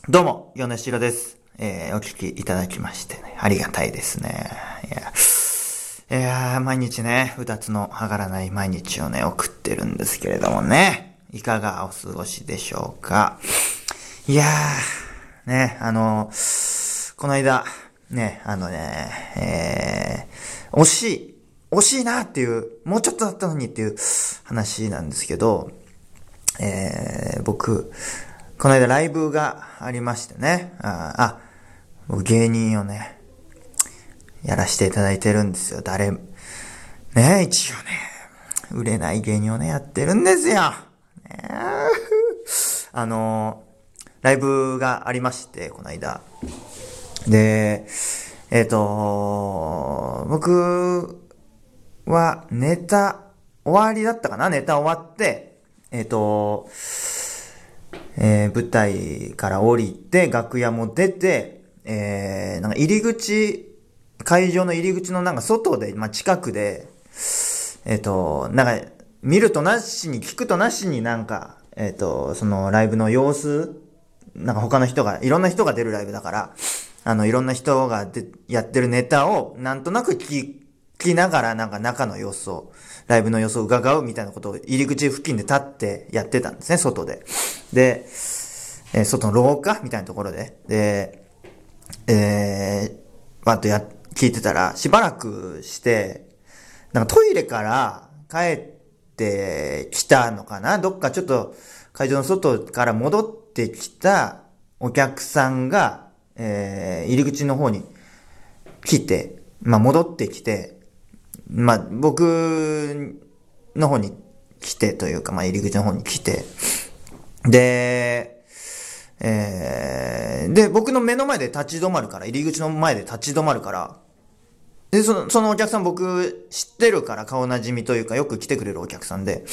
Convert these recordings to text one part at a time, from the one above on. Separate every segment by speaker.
Speaker 1: どうも、米城です。お聞きいただきましてね、ありがたいですね。毎日ね、うだつの上がらない毎日をね、送ってるんですけれどもね、いかがお過ごしでしょうか。ね、この間、ね、惜しいなっていう、もうちょっとだったのにっていう話なんですけど、僕、この間ライブがありましてね。僕芸人をね、やらせていただいてるんですよ。一応ね、売れない芸人をね、やってるんですよ。ライブがありまして、この間。で、僕はネタ終わりだったかな？ネタ終わって、舞台から降りて、楽屋も出て、なんか会場の入り口のなんか外で、近くで、なんか、見るとなしに、聞くとなしになんか、そのライブの様子、なんかいろんな人が出るライブだから、いろんな人がやってるネタを、なんとなく聞きながら、なんか中の様子を、ライブの様子を伺うみたいなことを入り口付近で立ってやってたんですね、外で。で、外の廊下みたいなところで。で、聞いてたら、しばらくして、なんかトイレから帰ってきたのかな、どっかちょっと会場の外から戻ってきたお客さんが、入り口の方に来て、戻ってきて、僕の方に来てというか、入り口の方に来て、で、僕の目の前で立ち止まるから、入り口の前で立ち止まるから、で、そのお客さん僕知ってるから顔なじみというかよく来てくれるお客さんで、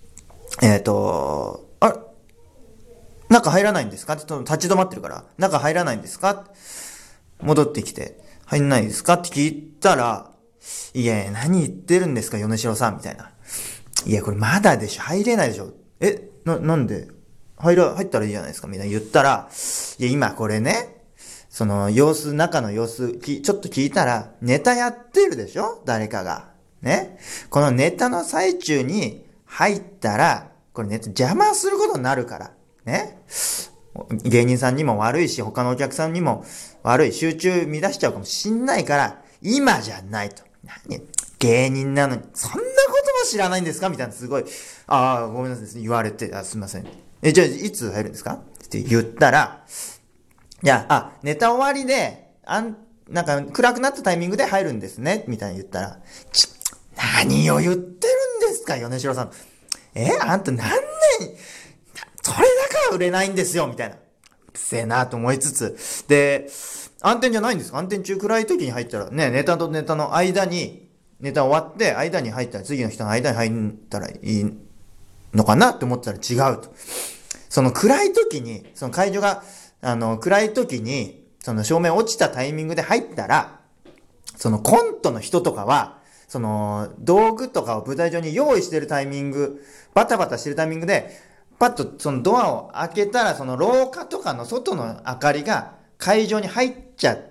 Speaker 1: 中入らないんですかって立ち止まってるから、中入らないんですか戻ってきて、入んないですかって聞いたら、いやいや、何言ってるんですか、米城さんみたいな。いや、これまだでしょ、入れないでしょ。なんで入ったらいいじゃないですか、みたいな言ったら、いや、今これね、その中の様子、ちょっと聞いたら、ネタやってるでしょ？誰かが。ね。このネタの最中に入ったら、これネタ邪魔することになるから。ね。芸人さんにも悪いし、他のお客さんにも悪い。集中乱しちゃうかもしんないから、今じゃないと。芸人なのに、そんなことも知らないんですかみたいな、すごい。ごめんなさい。言われて、すいません。じゃあ、いつ入るんですかって言ったら、ネタ終わりで、なんか暗くなったタイミングで入るんですね、みたいに言ったら、何を言ってるんですか、米城さん。あんた何年、それだから売れないんですよ、みたいな。くせえなと思いつつ。で、暗転じゃないんですか？暗転中暗い時に入ったら、ね、ネタとネタの間に、ネタ終わって間に入ったら、次の人の間に入ったらいいのかなって思ったら違うと。その暗い時に、その会場が、暗い時に、その照明落ちたタイミングで入ったら、そのコントの人とかは、その道具とかを舞台上に用意してるタイミング、バタバタしてるタイミングで、パッとそのドアを開けたら、その廊下とかの外の明かりが会場に入っちゃって、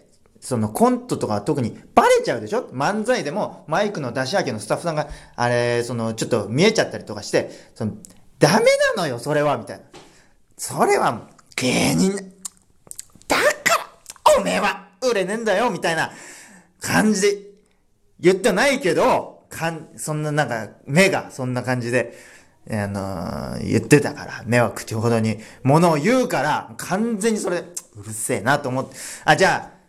Speaker 1: そのコントとか特にバレちゃうでしょ？漫才でもマイクの出し上げのスタッフさんが、ちょっと見えちゃったりとかして、ダメなのよ、それは、みたいな。それは芸人、だからおめえは売れねえんだよ、みたいな感じで言ってないけど、そんななんか目がそんな感じで、言ってたから、目は口ほどに物を言うから、完全にそれ、うるせえなと思って、じゃあ、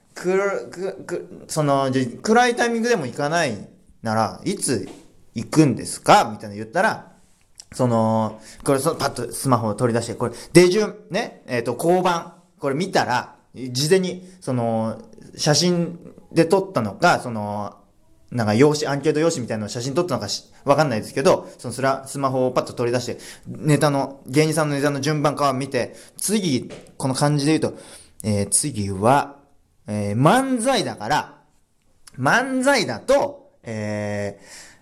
Speaker 1: 暗いタイミングでも行かないなら、いつ行くんですかみたいな言ったら、パッとスマホを取り出して、これ、出順、ね、交番、これ見たら、事前に、写真で撮ったのか、なんかアンケート用紙みたいなのを写真撮ったのかわかんないですけど、スマホをパッと取り出して、芸人さんのネタの順番から見て、次、この感じで言うと、次は、漫才だから、漫才だと、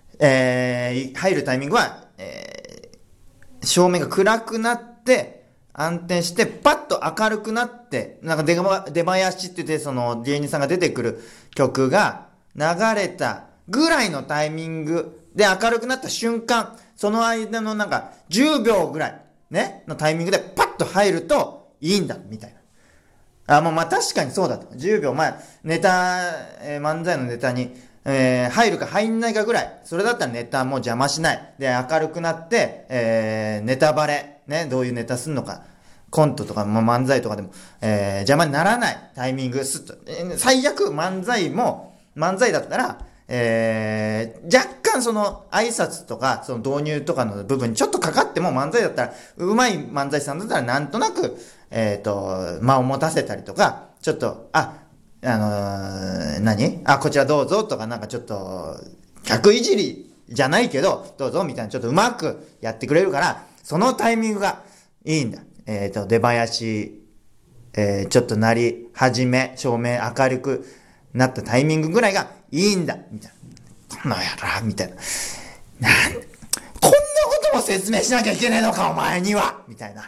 Speaker 1: 入るタイミングは、照明が暗くなって、 暗転して、パッと明るくなって、なんか出囃子って言って、その芸人さんが出てくる曲が流れたぐらいのタイミングで明るくなった瞬間、その間のなんか10秒ぐらい、ね、のタイミングでパッと入るといいんだ、みたいな。まあ確かにそうだと。10秒前、ネタ、漫才のネタに、入るか入んないかぐらい。それだったらネタも邪魔しない。で、明るくなって、ネタバレ。ね、どういうネタすんのか。コントとか、漫才とかでも、邪魔にならないタイミング、スッと。最悪、漫才だったら、若干その挨拶とか、その導入とかの部分にちょっとかかっても漫才だったら、上手い漫才師さんだったらなんとなく、間を持たせたりとか、ちょっと、こちらどうぞとかなんかちょっと、客いじりじゃないけど、どうぞみたいなちょっとうまくやってくれるから、そのタイミングがいいんだ。出囃子、ちょっと鳴り始め、照明明るくなったタイミングぐらいがいいんだ。みたいな。この野郎みたいな。こんなことも説明しなきゃいけねえのか、お前にはみたいな。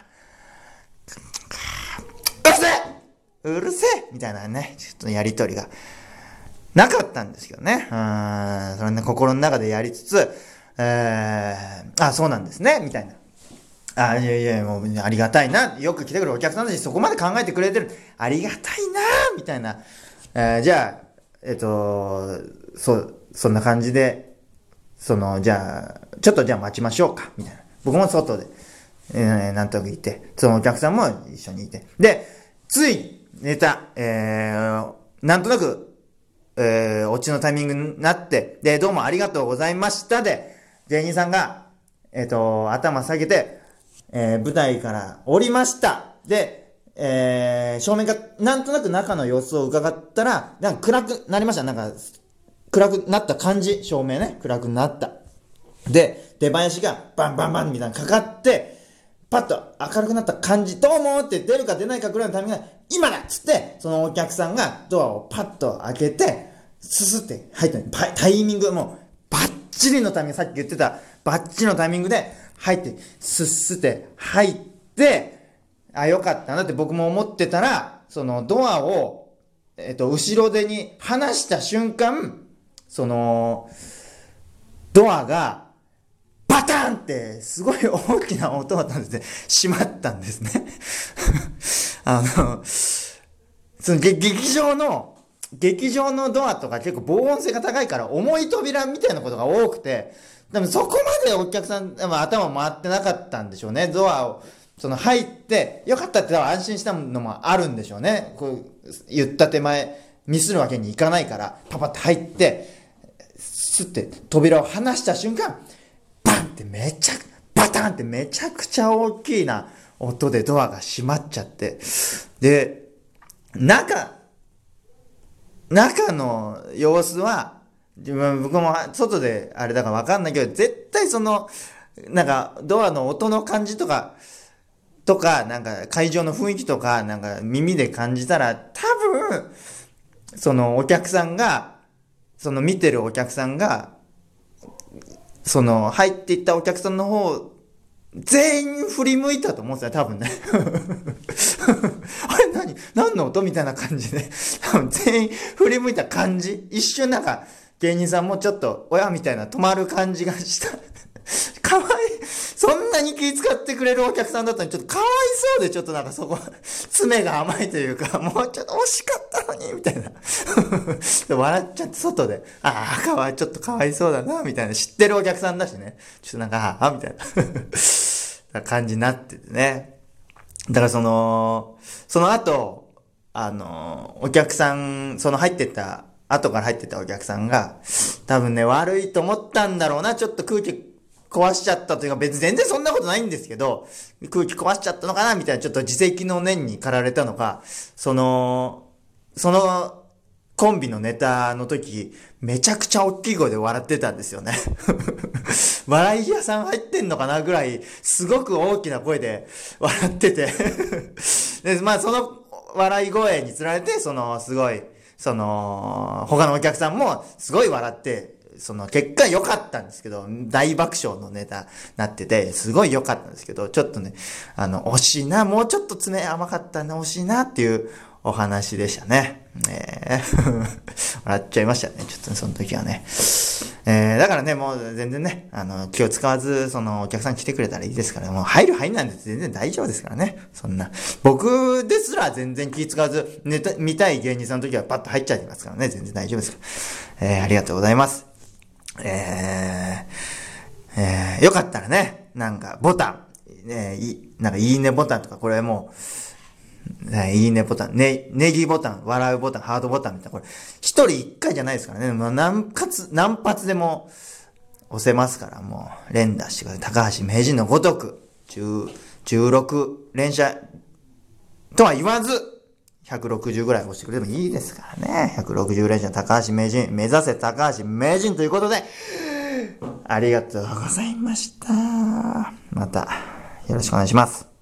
Speaker 1: うるせえみたいなね、ちょっとやりとりがなかったんですけどね。それね、心の中でやりつつ、そうなんですね、みたいな。いや、もうありがたいな。よく来てくるお客さんたちそこまで考えてくれてる。ありがたいな、みたいな。じゃあ、そんな感じで、ちょっと待ちましょうか、みたいな。僕も外で、なんとなくいて、そのお客さんも一緒にいて。で、つい、ネタ、なんとなく、オチのタイミングになって、で、どうもありがとうございましたで、芸人さんが、頭下げて、舞台から降りました。で、正面が、なんとなく中の様子を伺ったら、なんか暗くなりました。なんか、暗くなった感じ、照明ね、暗くなった。で、出囃子がバンバンバンみたいなかかって、パッと明るくなった感じ、どうもって出るか出ないかぐらいのタイミングで、今だっつって、そのお客さんがドアをパッと開けて、ススって入ったタイミング、もう、バッチリのタイミング、さっき言ってた、バッチリのタイミングで入って、スッスって入って、よかったなって僕も思ってたら、そのドアを、後ろ手に離した瞬間、その、ドアが、バタンってすごい大きな音だったんですね。閉まったんですね。その劇場のドアとか結構防音性が高いから重い扉みたいなことが多くて、でもそこまでお客さん、頭回ってなかったんでしょうね。ドアを、入って、よかったって安心したのもあるんでしょうね。こう、言った手前、ミスるわけにいかないから、パパって入って、スッて扉を離した瞬間、バンってバタンってめちゃくちゃ大きいな音でドアが閉まっちゃって。で、中の様子は、僕も外であれだからわかんないけど、絶対なんかドアの音の感じとか、なんか会場の雰囲気とか、なんか耳で感じたら、多分、お客さんが、見てるお客さんが、入っていったお客さんの方、全員振り向いたと思うんですよ、多分ね。あれ何の音みたいな感じで、多分全員振り向いた感じ。一瞬なんか、芸人さんもちょっと、親みたいな止まる感じがした。かわいい。そんなに気遣ってくれるお客さんだったのに、ちょっとかわいそうで、ちょっとなんかそこ、爪が甘いというか、もうちょっと惜しかったのに、みたいな。笑っちゃって、外で、ちょっとかわいそうだな、みたいな。知ってるお客さんだしね。ちょっとなんか、みたいな感じになっててね。だからその後、お客さん、後から入ってったお客さんが、多分ね、悪いと思ったんだろうな、ちょっと空気壊しちゃったというか、別に全然そんなことないんですけど、空気壊しちゃったのかなみたいな、ちょっと自責の念に駆られたのか、そのコンビのネタの時、めちゃくちゃ大きい声で笑ってたんですよね。笑い屋さん入ってんのかなぐらい、すごく大きな声で笑ってて。で、その笑い声につられて、すごい、他のお客さんもすごい笑って、 結果良かったんですけど、大爆笑のネタなってて、すごい良かったんですけど、ちょっとね、惜しいな、もうちょっと爪甘かったな、惜しいなっていうお話でしたね。笑っちゃいましたね、ちょっとね、その時はね。だからね、もう全然ね、気を使わず、お客さん来てくれたらいいですから、もう入る入んないんで全然大丈夫ですからね。そんな。僕ですら全然気使わず、見たい芸人さんの時はパッと入っちゃいますからね、全然大丈夫ですから。ありがとうございます。よかったらね、なんかボタン、なんかいいねボタンとか、これもう、いいねボタン、ネギボタン、笑うボタン、ハートボタンみたいな、これ、一人一回じゃないですからね。もう何発でも押せますから、もう、連打してください。高橋名人のごとく、16連射とは言わず、160ぐらい押してくれてもいいですからね。160連射高橋名人、目指せ高橋名人ということで、ありがとうございました。また、よろしくお願いします。